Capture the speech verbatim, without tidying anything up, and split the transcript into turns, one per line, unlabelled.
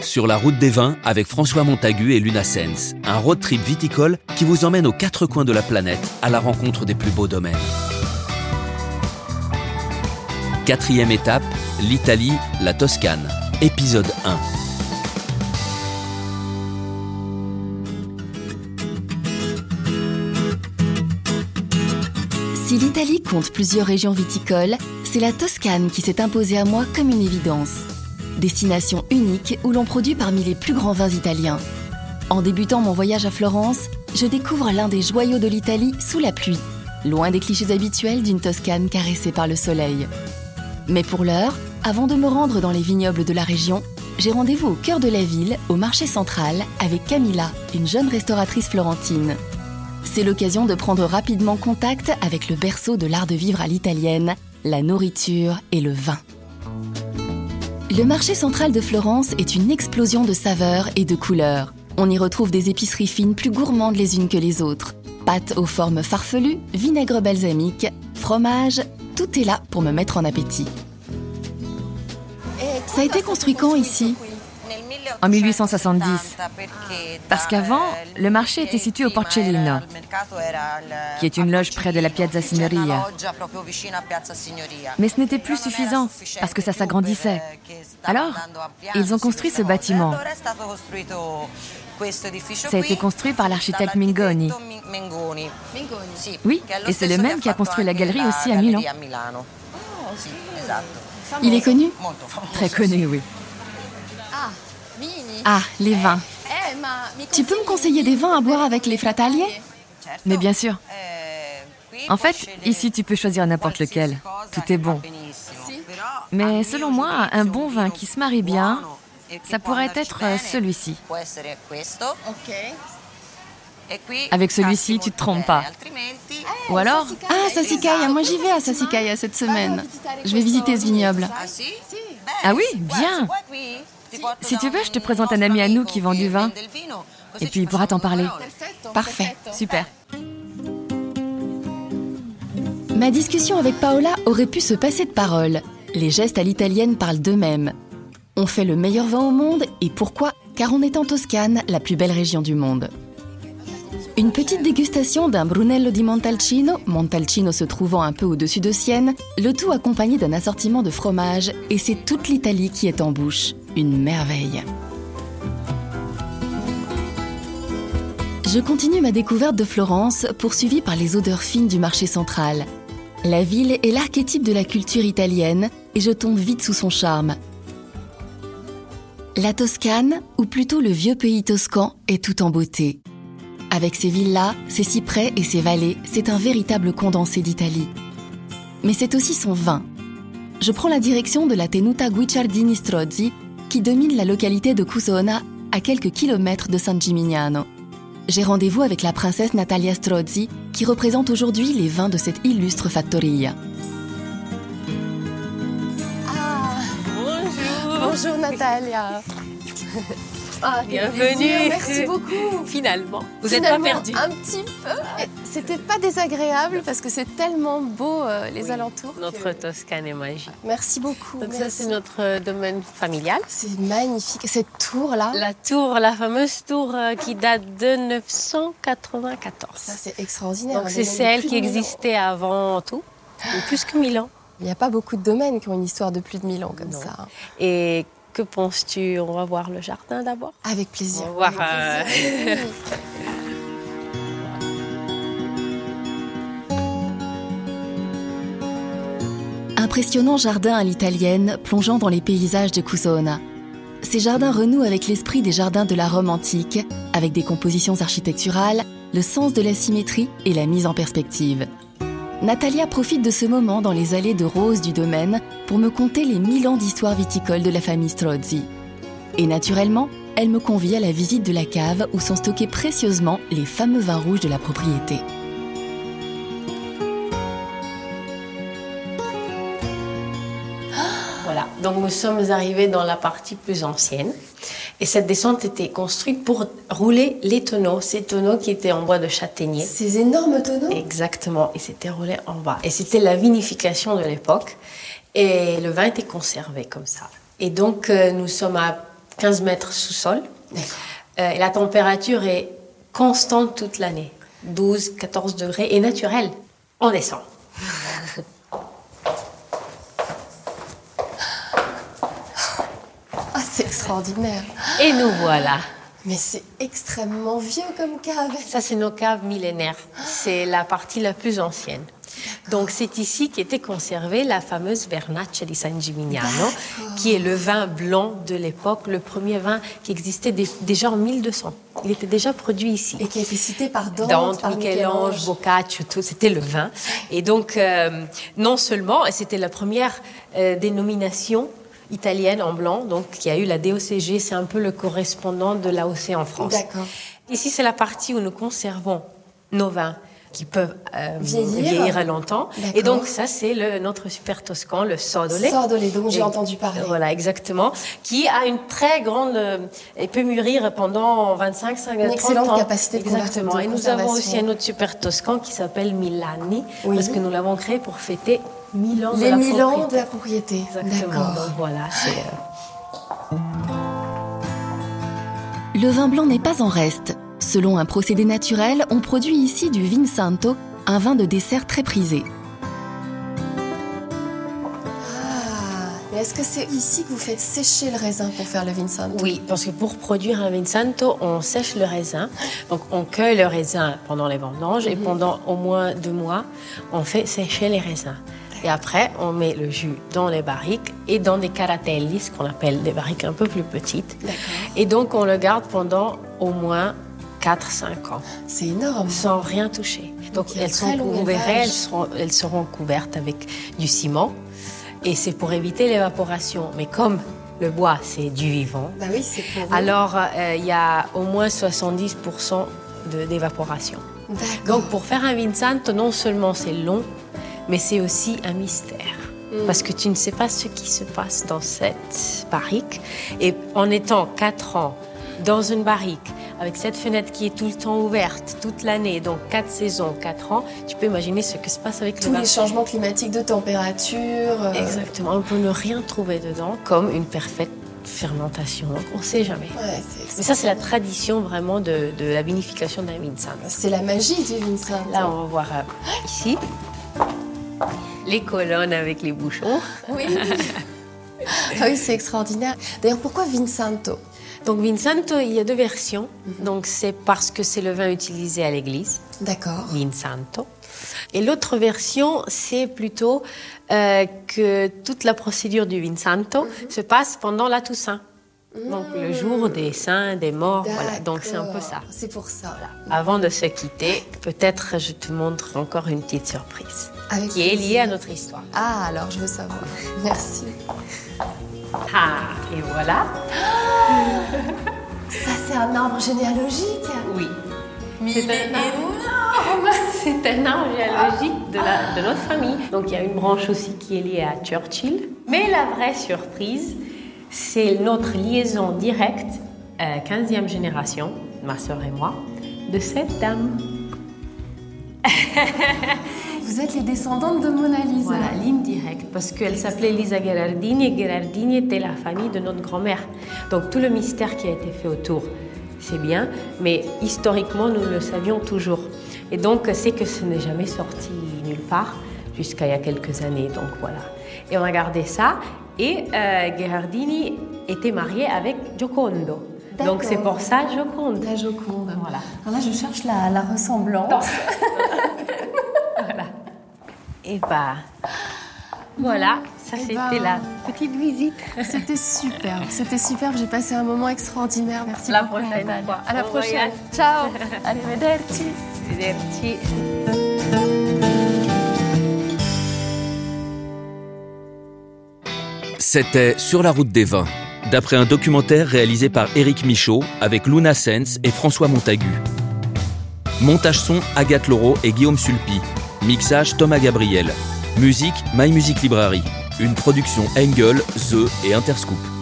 Sur la route des vins avec François Montagu et Luna Sens, un road trip viticole qui vous emmène aux quatre coins de la planète à la rencontre des plus beaux domaines. Quatrième étape, l'Italie, la Toscane. Épisode un.
Si l'Italie compte plusieurs régions viticoles, c'est la Toscane qui s'est imposée à moi comme une évidence. Destination unique où l'on produit parmi les plus grands vins italiens. En débutant mon voyage à Florence, je découvre l'un des joyaux de l'Italie sous la pluie, loin des clichés habituels d'une Toscane caressée par le soleil. Mais pour l'heure, avant de me rendre dans les vignobles de la région, j'ai rendez-vous au cœur de la ville, au marché central, avec Camilla, une jeune restauratrice florentine. C'est l'occasion de prendre rapidement contact avec le berceau de l'art de vivre à l'italienne, la nourriture et le vin. Le marché central de Florence est une explosion de saveurs et de couleurs. On y retrouve des épiceries fines plus gourmandes les unes que les autres. Pâtes aux formes farfelues, vinaigre balsamique, fromage, tout est là pour me mettre en appétit. Ça a été construit quand ici ?
En mille huit cent soixante-dix, parce qu'avant, le marché était situé au Porcellino, qui est une loge près de la Piazza Signoria. Mais ce n'était plus suffisant, parce que ça s'agrandissait. Alors, ils ont construit ce bâtiment. Ça a été construit par l'architecte Mingoni. Oui, et c'est le même qui a construit la galerie aussi à Milan.
Il est connu ?
Très connu, oui.
Ah, les vins. Tu peux me conseiller des vins à boire avec les Fratelli ?
Mais bien sûr. En fait, ici, tu peux choisir n'importe lequel. Tout est bon. Mais selon moi, un bon vin qui se marie bien, ça pourrait être celui-ci. Avec celui-ci, tu te trompes pas. Ou alors...
Ah, Sassicaia, moi j'y vais à Sassicaia cette semaine. Je vais visiter ce vignoble.
Ah oui, bien. Si tu veux, je te présente un ami à nous qui vend du vin. Et puis il pourra t'en parler.
Parfait.
Super.
Ma discussion avec Paola aurait pu se passer de parole. Les gestes à l'italienne parlent d'eux-mêmes. On fait le meilleur vin au monde, et pourquoi ? Car on est en Toscane, la plus belle région du monde. Une petite dégustation d'un Brunello di Montalcino, Montalcino se trouvant un peu au-dessus de Sienne, le tout accompagné d'un assortiment de fromages, et c'est toute l'Italie qui est en bouche. Une merveille. Je continue ma découverte de Florence, poursuivie par les odeurs fines du marché central. La ville est l'archétype de la culture italienne, et je tombe vite sous son charme. La Toscane, ou plutôt le vieux pays toscan, est tout en beauté. Avec ses villas, ses cyprès et ses vallées, c'est un véritable condensé d'Italie. Mais c'est aussi son vin. Je prends la direction de la Tenuta Guicciardini Strozzi, qui domine la localité de Cusona, à quelques kilomètres de San Gimignano. J'ai rendez-vous avec la princesse Natalia Strozzi, qui représente aujourd'hui les vins de cette illustre fattoria.
Ah, bonjour. Bonjour Natalia. Ah,
bienvenue.
Merci beaucoup.
Finalement, vous n'êtes
Finalement,
pas perdu.
Un petit peu. C'était pas désagréable parce que c'est tellement beau euh, les
oui,
alentours.
Notre
que...
Toscane est magique.
Merci beaucoup.
Donc
merci.
ça, c'est notre domaine familial.
C'est magnifique. Cette tour-là.
La tour, la fameuse tour euh, qui date de neuf cent quatre-vingt-quatorze.
Ça, c'est extraordinaire.
Donc c'est celle qui existait avant tout, plus que mille ans.
Il n'y a pas beaucoup de domaines qui ont une histoire de plus de mille ans comme
non.
ça.
Et que penses-tu ? On va voir le jardin d'abord ?
Avec plaisir.
On va voir.
Avec plaisir.
Impressionnant jardin à l'italienne, plongeant dans les paysages de Cusona. Ces jardins renouent avec l'esprit des jardins de la Rome antique, avec des compositions architecturales, le sens de la symétrie et la mise en perspective. Natalia profite de ce moment dans les allées de roses du domaine pour me conter les mille ans d'histoire viticole de la famille Strozzi. Et naturellement, elle me convie à la visite de la cave où sont stockés précieusement les fameux vins rouges de la propriété.
Voilà, donc nous sommes arrivés dans la partie plus ancienne. Et cette descente était construite pour rouler les tonneaux, ces tonneaux qui étaient en bois de châtaignier.
Ces énormes tonneaux ?
Exactement, et c'était roulé en bas. Et c'était la vinification de l'époque. Et le vin était conservé comme ça. Et donc, euh, nous sommes à quinze mètres sous-sol. Euh, et la température est constante toute l'année. douze, quatorze degrés et naturelle. On descend.
Ah, c'est extraordinaire.
Et nous voilà.
Mais c'est extrêmement vieux comme cave.
Ça, c'est nos caves millénaires. C'est la partie la plus ancienne. Donc, c'est ici qu'était conservée la fameuse Vernaccia di San Gimignano, D'accord. qui est le vin blanc de l'époque, le premier vin qui existait dé- déjà en mille deux cents. Il était déjà produit ici.
Et qui a été cité par Dante,
Dante,
par
Michel-Ange,
Michel-Ange.
Boccaccio, tout, c'était le vin. Et donc, euh, non seulement, et c'était la première euh, dénomination italienne en blanc, donc qui a eu la D O C G, c'est un peu le correspondant de l'A O C en France.
D'accord.
Ici, c'est la partie où nous conservons nos vins qui peuvent euh,
Vieillir.
vieillir longtemps.
D'accord.
Et donc, ça, c'est le, notre super toscan, le Sordole.
Sordole, dont j'ai
Et-
entendu parler.
Voilà, exactement. Qui a une très grande... Euh, et peut mûrir pendant vingt-cinq, trente ans.
Une excellente capacité de
Exactement.
conver- de
Et nous avons
conservation.
aussi un autre super toscan qui s'appelle Milani,
Oui.
parce que nous l'avons créé pour fêter mille ans de
Les
la
mille ans
propriété.
de la propriété.
Exactement.
D'accord.
Donc voilà, c'est... euh,
Le vin blanc n'est pas en reste. Selon un procédé naturel, on produit ici du Vinsanto, un vin de dessert très prisé.
Ah, mais est-ce que c'est ici que vous faites sécher le raisin pour faire le Vinsanto?
Oui, parce que pour produire un Vinsanto, on sèche le raisin. Donc, on cueille le raisin pendant les vendanges et pendant au moins deux mois, on fait sécher les raisins. Et après, on met le jus dans les barriques et dans des caratelli, ce qu'on appelle des barriques un peu plus petites.
D'accord.
Et donc, on le garde pendant au moins quatre à cinq ans,
C'est énorme.
sans rien toucher. Donc,
Donc, il y a
elles,
un
sont
très long
couvertes,
élevage.
elles, seront, elles seront couvertes avec du ciment. Et c'est pour éviter l'évaporation. Mais comme le bois, c'est du vivant,
Bah oui, c'est pour vous.
alors euh, il y a au moins soixante-dix pour cent de, d'évaporation.
D'accord.
Donc pour faire un Vinsanto, non seulement c'est long, mais c'est aussi un mystère.
Mm.
Parce que tu ne sais pas ce qui se passe dans cette barrique. Et en étant quatre ans dans une barrique, avec cette fenêtre qui est tout le temps ouverte, toute l'année, donc quatre saisons, quatre ans, tu peux imaginer ce que se passe avec
Tous
le vin.
les changements climatiques de température. euh,
Exactement, on peut ne rien trouver dedans, comme une parfaite fermentation. Donc on ne sait jamais.
Ouais, c'est
Mais ça, c'est la tradition vraiment de, de la vinification d'un Vinsanto.
C'est la magie du Vinsanto.
Là, on va voir euh, ici les colonnes avec les bouchons.
Oui. Ah oui, c'est extraordinaire. D'ailleurs, pourquoi Vinsanto?
Donc, Vinsanto, il y a deux versions. Donc, c'est parce que c'est le vin utilisé à l'église,
D'accord.
Vinsanto. Et l'autre version, c'est plutôt euh, que toute la procédure du Vinsanto se passe pendant la Toussaint. Donc, le jour des saints, des morts, voilà. Donc, c'est un peu ça.
C'est pour ça.
Avant de se quitter, peut-être je te montre encore une petite surprise
Avec
qui est liée
plaisir.
à notre histoire.
Ah, alors je veux savoir. Merci.
Ah, et voilà.
Ça, c'est un arbre généalogique.
Oui.
Mais
C'est
il est
un arbre.
énorme.
C'est un arbre généalogique de, la, de notre famille. Donc il y a une branche aussi qui est liée à Churchill. Mais la vraie surprise, c'est notre liaison directe, euh, quinzième génération, ma sœur et moi, de cette dame.
Vous êtes les descendantes de Mona Lisa.
Voilà, ligne directe, parce qu'elle s'appelait Lisa Gherardini et Gherardini était la famille de notre grand-mère. Donc tout le mystère qui a été fait autour, c'est bien, mais historiquement, nous le savions toujours. Et donc, c'est que ce n'est jamais sorti nulle part jusqu'à il y a quelques années, donc voilà. Et on a gardé ça, et euh, Gherardini était mariée avec Giocondo.
D'accord.
Donc c'est pour ça Joconde.
La Joconde.
Voilà.
Alors là, je cherche la, la ressemblance.
Voilà. Et bah, voilà, ça
Eh
c'était
ben,
la petite visite.
C'était superbe. C'était superbe. J'ai passé un moment extraordinaire. Merci
La
beaucoup,
prochaine
Natalia.
fois.
À la
Bon
prochaine.
voyage.
Ciao. Arrivederci.
Arrivederci.
C'était Sur la route des vins, d'après un documentaire réalisé par Éric Michaud avec Luna Sens et François Montagu. Montage son Agathe Laureau et Guillaume Sulpi. Mixage Thomas Gabriel. Musique My Music Library. Une production Engel, The et Interscoop.